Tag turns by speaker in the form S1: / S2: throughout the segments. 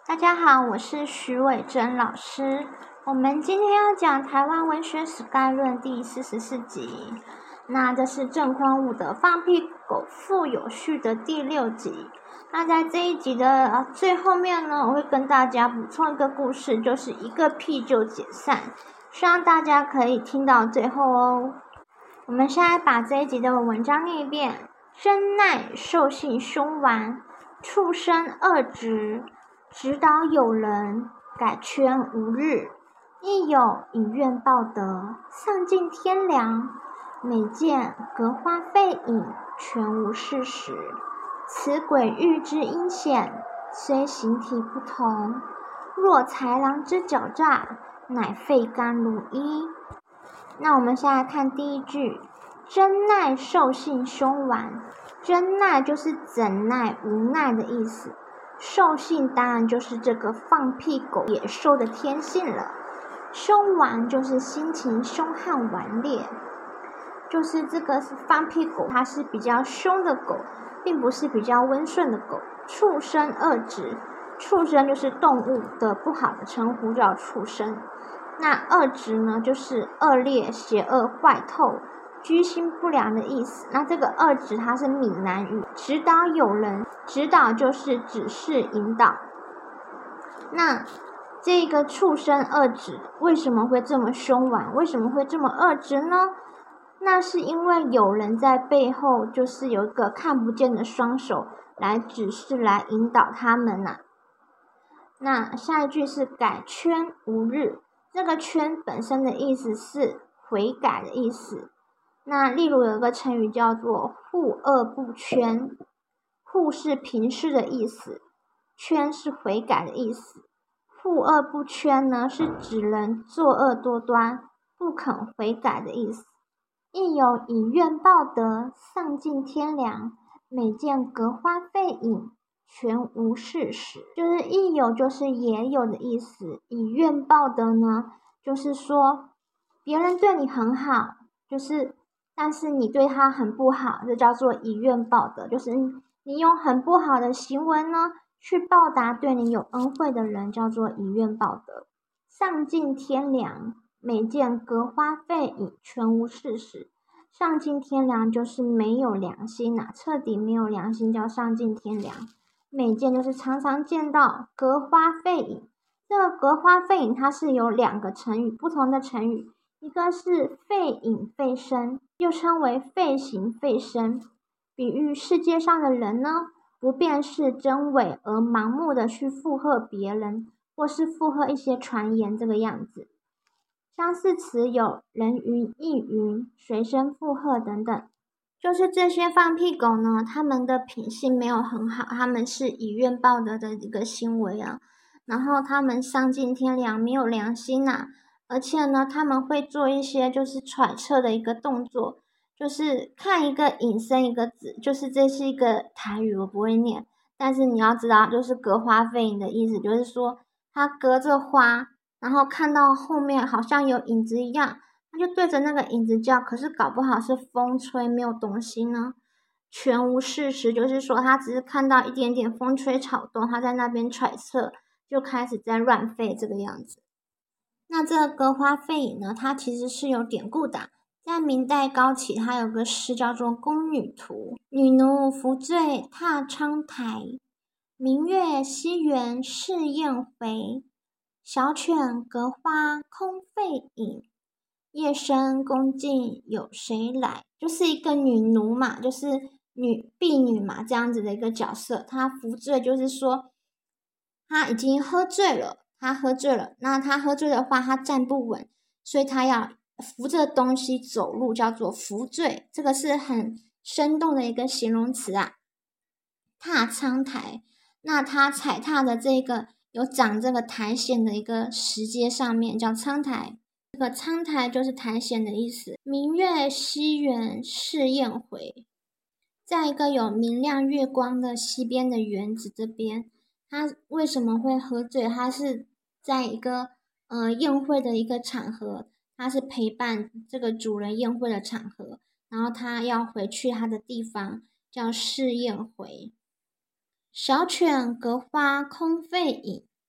S1: 大家好，我是徐伟珍老师。我们今天要讲台湾文学史概论第44集。那这是郑宽武的《放屁狗傅有序》的第6集。那在这一集的最后面呢，我会跟大家补充一个故事，就是一个屁就解散，希望大家可以听到最后哦。我们现在把这一集的文章念一遍。真奈兽性凶顽，畜生恶直，直导有人，改圈无日。亦有以怨报德，丧尽天良。每见隔花废影，全无事实。此鬼域之阴险，虽形体不同，若豺狼之狡诈，乃废干如一。那我们先来看第一句。真奈兽性凶顽，真奈就是怎奈无奈的意思，兽性当然就是这个放屁狗野兽的天性了，凶顽就是心情凶悍顽劣，就是这个放屁狗它是比较凶的狗，并不是比较温顺的狗。畜生恶直，畜生就是动物的不好的称呼，叫畜生。那恶直呢，就是恶劣、邪恶、坏透、居心不良的意思。那这个恶直它是闽南语，指导有人，指导就是指示引导。那这个畜生恶直为什么会这么凶顽，为什么会这么恶直呢？那是因为有人在背后，就是有一个看不见的双手来指示、来引导他们啊。那下一句是改圈无日，这个圈本身的意思是悔改的意思。那例如有一个成语叫做护恶不圈，护是平视的意思，圈是悔改的意思。护恶不圈呢，是指人作恶多端，不肯悔改的意思。亦有以怨报德，丧尽天良，每见隔花废影，全无事实。就是亦有就是也有的意思，以怨报德呢，就是说别人对你很好，就是但是你对他很不好，这叫做以怨报德，就是你用很不好的行为呢去报答对你有恩惠的人，叫做以怨报德。丧尽天良，每见隔花废影，全无事实。丧尽天良就是没有良心啊，彻底没有良心叫丧尽天良。每见就是常常见到，隔花废影，这个隔花废影它是有2个成语，不同的成语，一个是废影废身，又称为废形废身，比喻世界上的人呢，不辨识真伪而盲目的去附和别人，或是附和一些传言这个样子。相似词有人云、亦云、随声附和等等。就是这些放屁狗呢，他们的品性没有很好，他们是以怨报德的一个行为啊。然后他们丧尽天良，没有良心啊。而且呢，他们会做一些就是揣测的一个动作，就是看一个引申一个字，就是这是一个台语我不会念，但是你要知道，就是隔花废影的意思，就是说他隔着花，然后看到后面好像有影子一样，他就对着那个影子叫，可是搞不好是风吹没有东西呢。全无事实，就是说他只是看到一点点风吹草动，他在那边揣测，就开始在乱吠这个样子。那这个隔花废影呢，它其实是有典故的。在明代高启，它有个诗叫做《宫女图》，女奴扶醉踏窗台，明月西园试宴回，小犬隔花空废影，夜深宫禁有谁来？就是一个女奴嘛，就是婢女嘛，这样子的一个角色。她扶醉就是说她已经喝醉了，那她喝醉的话，她站不稳，所以她要扶着东西走路，叫做扶醉。这个是很生动的一个形容词啊。踏窗台，那她踩踏的这个有长这个苔藓的一个石阶上面叫窗台，这个窗台就是苔藓的意思。明月西园试宴回，在一个有明亮月光的西边的园子这边，他为什么会喝醉？他是在一个宴会的一个场合，他是陪伴这个主人宴会的场合，然后他要回去他的地方，叫试宴回。小犬隔花空废影，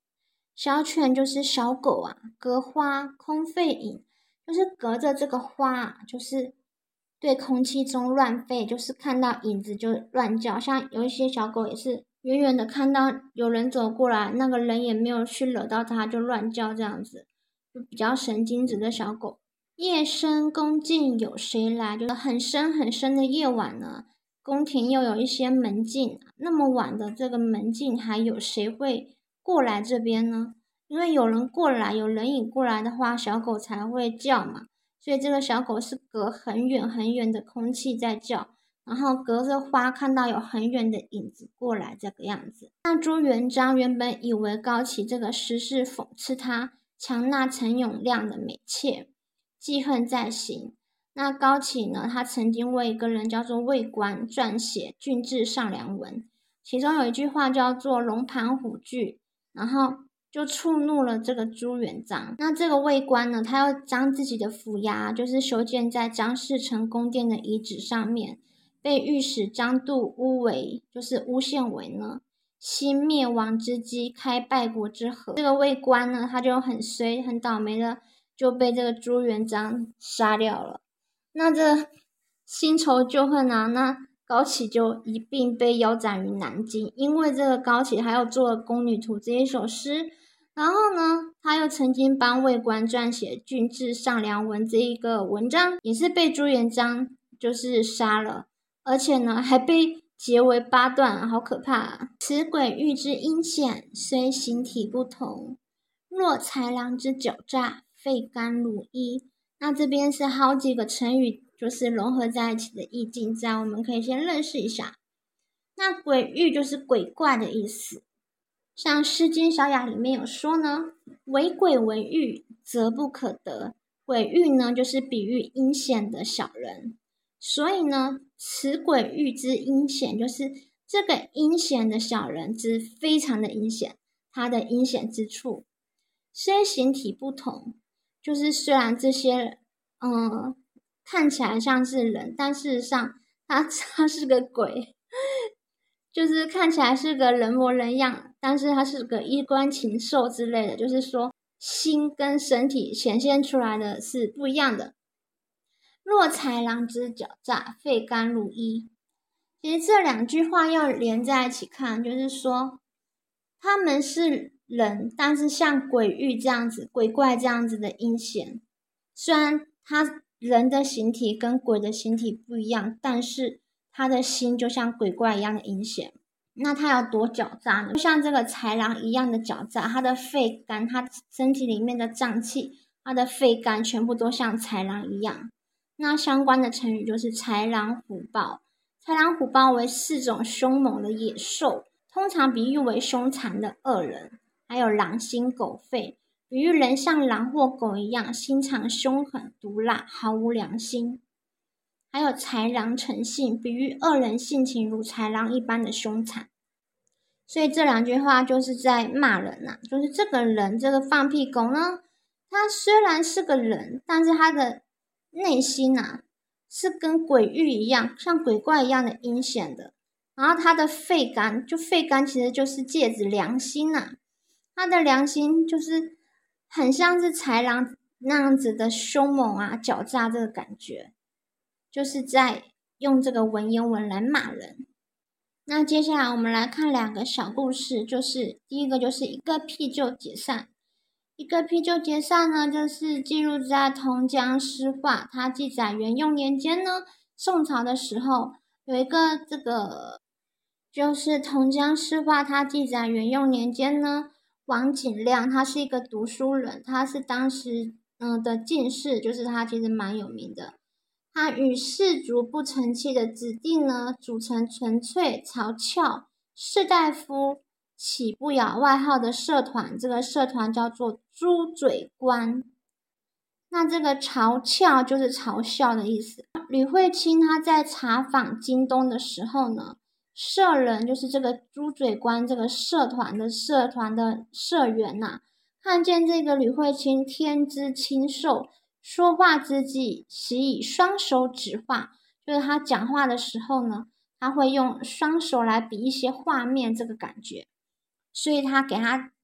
S1: 小犬就是小狗啊，隔花空吠引，就是隔着这个花，就是对空气中乱吠，就是看到影子就乱叫。像有一些小狗也是远远的看到有人走过来，那个人也没有去惹到它，就乱叫这样子，就比较神经质的小狗。夜深宫禁有谁来？就是很深很深的夜晚呢，宫廷又有一些门禁，那么晚的这个门禁，还有谁会过来这边呢？因为有人过来，有人影过来的话，小狗才会叫嘛。所以这个小狗是隔很远很远的空气在叫，然后隔着花看到有很远的影子过来这个样子。那朱元璋原本以为高启这个诗是讽刺他强纳陈永谅的美妾，记恨在心。那高启呢，他曾经为一个人叫做魏官撰写郡志上梁文，其中有一句话叫做龙盘虎踞，然后就触怒了这个朱元璋。那这个魏官呢，他要将自己的府衙就是修建在张士诚宫殿的遗址上面，被御史张度诬为，就是诬陷为呢兴灭亡之机，开败国之和。这个魏官呢，他就很衰很倒霉的就被这个朱元璋杀掉了。那这新仇旧恨啊，那高启就一并被腰斩于南京。因为这个高启他又做了《宫女图》这一首诗，然后呢，他又曾经帮魏官撰写《郡志上梁文》这一个文章，也是被朱元璋就是杀了，而且呢还被截为8段，好可怕啊！此鬼域之阴险，虽形体不同，若豺狼之狡诈，肺肝如一。那这边是好几个成语就是融合在一起的意境在，我们可以先认识一下。那鬼域就是鬼怪的意思，像《诗经·小雅》里面有说呢，为鬼为域，则不可得。鬼域呢，就是比喻阴险的小人。所以呢，此鬼域之阴险，就是这个阴险的小人之非常的阴险，他的阴险之处。虽形体不同，就是虽然这些看起来像是人，但事实上他是个鬼。就是看起来是个人模人样，但是他是个衣冠禽兽之类的，就是说心跟身体显现出来的是不一样的。若豺狼之狡诈，肺肝如一。其实这两句话要连在一起看，就是说他们是人，但是像鬼域这样子、鬼怪这样子的阴险，虽然他人的形体跟鬼的形体不一样，但是他的心就像鬼怪一样的阴险。那他要多狡诈呢？就像这个豺狼一样的狡诈，他的肺肝，他身体里面的脏器，他的肺肝全部都像豺狼一样。那相关的成语就是豺狼虎豹。豺狼虎豹为4种凶猛的野兽，通常比喻为凶残的恶人。还有狼心狗肺，比喻人像狼或狗一样，心肠凶狠毒辣，毫无良心。还有豺狼成性，比喻恶人性情如豺狼一般的凶残。所以这两句话就是在骂人啊，就是这个人，这个放屁狗呢，他虽然是个人，但是他的内心啊是跟鬼域一样，像鬼怪一样的阴险的。然后他的肺肝，就肺肝其实就是介指良心啊，他的良心就是很像是豺狼那样子的凶猛啊、狡诈这个感觉，就是在用这个文言文来骂人。那接下来我们来看2个小故事，就是第一个就是一个屁就解散。一个屁就解散呢，就是记录在《同江诗话》，它记载元佑年间呢，宋朝的时候有一个这个就是《同江诗话》，它记载元佑年间呢，王景亮他是一个读书人，他是当时的进士，就是他其实蛮有名的。他与士族不成器的子弟呢，组成纯粹曹翘士大夫起不咬外号的社团，这个社团叫做猪嘴官。那这个嘲翘就是嘲笑的意思。吕惠卿他在查访京东的时候呢，社人就是这个猪嘴官这个社团的社员啊，看见这个吕惠卿天资清瘦，说话之际习以双手指画，就是他讲话的时候呢，他会用双手来比一些画面这个感觉，所以他给他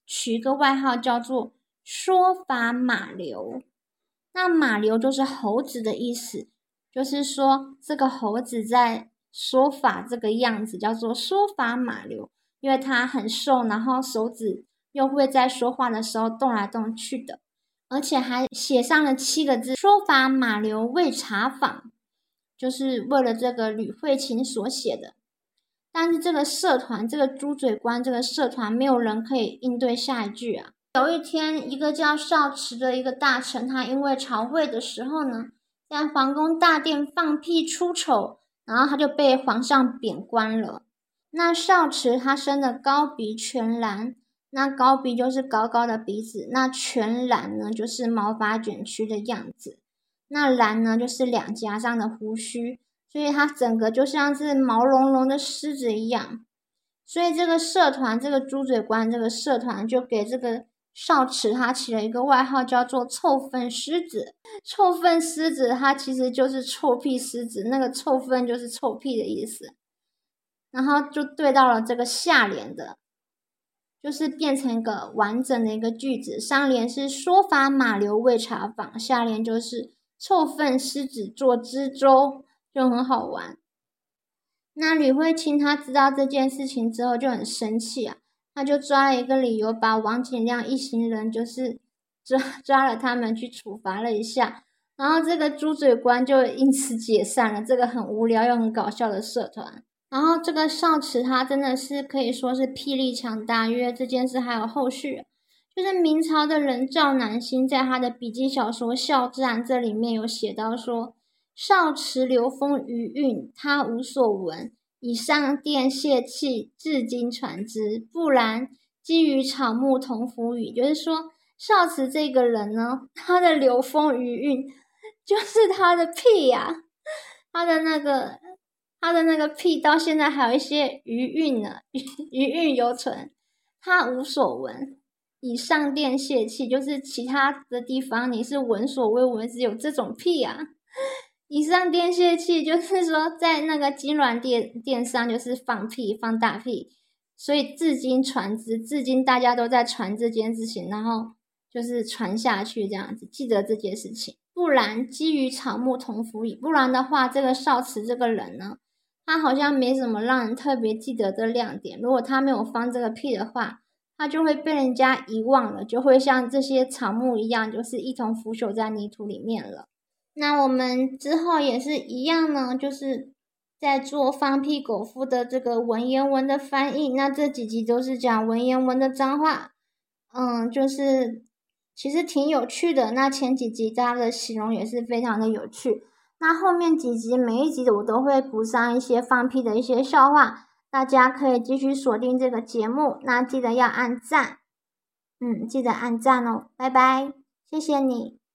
S1: 取一个外号叫做说法马流。那马流就是猴子的意思，就是说这个猴子在说法这个样子叫做说法马流，因为它很瘦，然后手指又会在说话的时候动来动去的，而且还写上了7个字，说法马流未查访，就是为了这个吕慧卿所写的。但是这个社团，这个猪嘴官这个社团没有人可以应对下一句啊。有一天，一个叫少池的一个大臣，他因为朝会的时候呢，在皇宫大殿放屁出丑，然后他就被皇上贬官了。那少池他生的高鼻全蓝，那高鼻就是高高的鼻子，那全蓝呢就是毛发卷曲的样子，那蓝呢就是两颊上的胡须，所以他整个就像是毛茸茸的狮子一样。所以这个社团，这个猪嘴官这个社团就给这个少池他起了一个外号叫做臭粪狮子。臭粪狮子它其实就是臭屁狮子，那个臭粪就是臭屁的意思。然后就对到了这个下联的，就是变成一个完整的一个句子。上联是说法马流未查访，下联就是臭粪狮子做知州，就很好玩。那吕慧卿他知道这件事情之后就很生气啊，他就抓了一个理由把王景亮一行人就是抓了他们去处罚了一下，然后这个猪嘴官就因此解散了这个很无聊又很搞笑的社团。然后这个少池他真的是可以说是霹雳强大，因为这件事还有后续，就是明朝的人赵南星在他的笔记小说《笑战》这里面有写到说，少池流风余韵，他无所闻，以上殿泄气，至今传之，不然基于草木同腐语。就是说少池这个人呢，他的流风余韵就是他的屁呀，他的那个屁到现在还有一些余韵呢，余韵犹存。他无所闻，以上殿泄气，就是其他的地方你是闻所未闻，只有这种屁啊。以上殿泄气就是说在那个金銮殿上就是放屁，放大屁，所以至今传之，至今大家都在传这件事情，然后就是传下去这样子，记得这件事情。不然基于草木同腐语，不然的话这个少池这个人呢，他好像没什么让人特别记得的亮点，如果他没有放这个屁的话，他就会被人家遗忘了，就会像这些草木一样，就是一同腐朽在泥土里面了。那我们之后也是一样呢，就是在做放屁狗夫的这个文言文的翻译。那这几集都是讲文言文的脏话，就是其实挺有趣的。那前几集大家的形容也是非常的有趣。那后面几集每一集的我都会补上一些放屁的一些笑话，大家可以继续锁定这个节目。那记得要按赞，记得按赞哦，拜拜，谢谢你。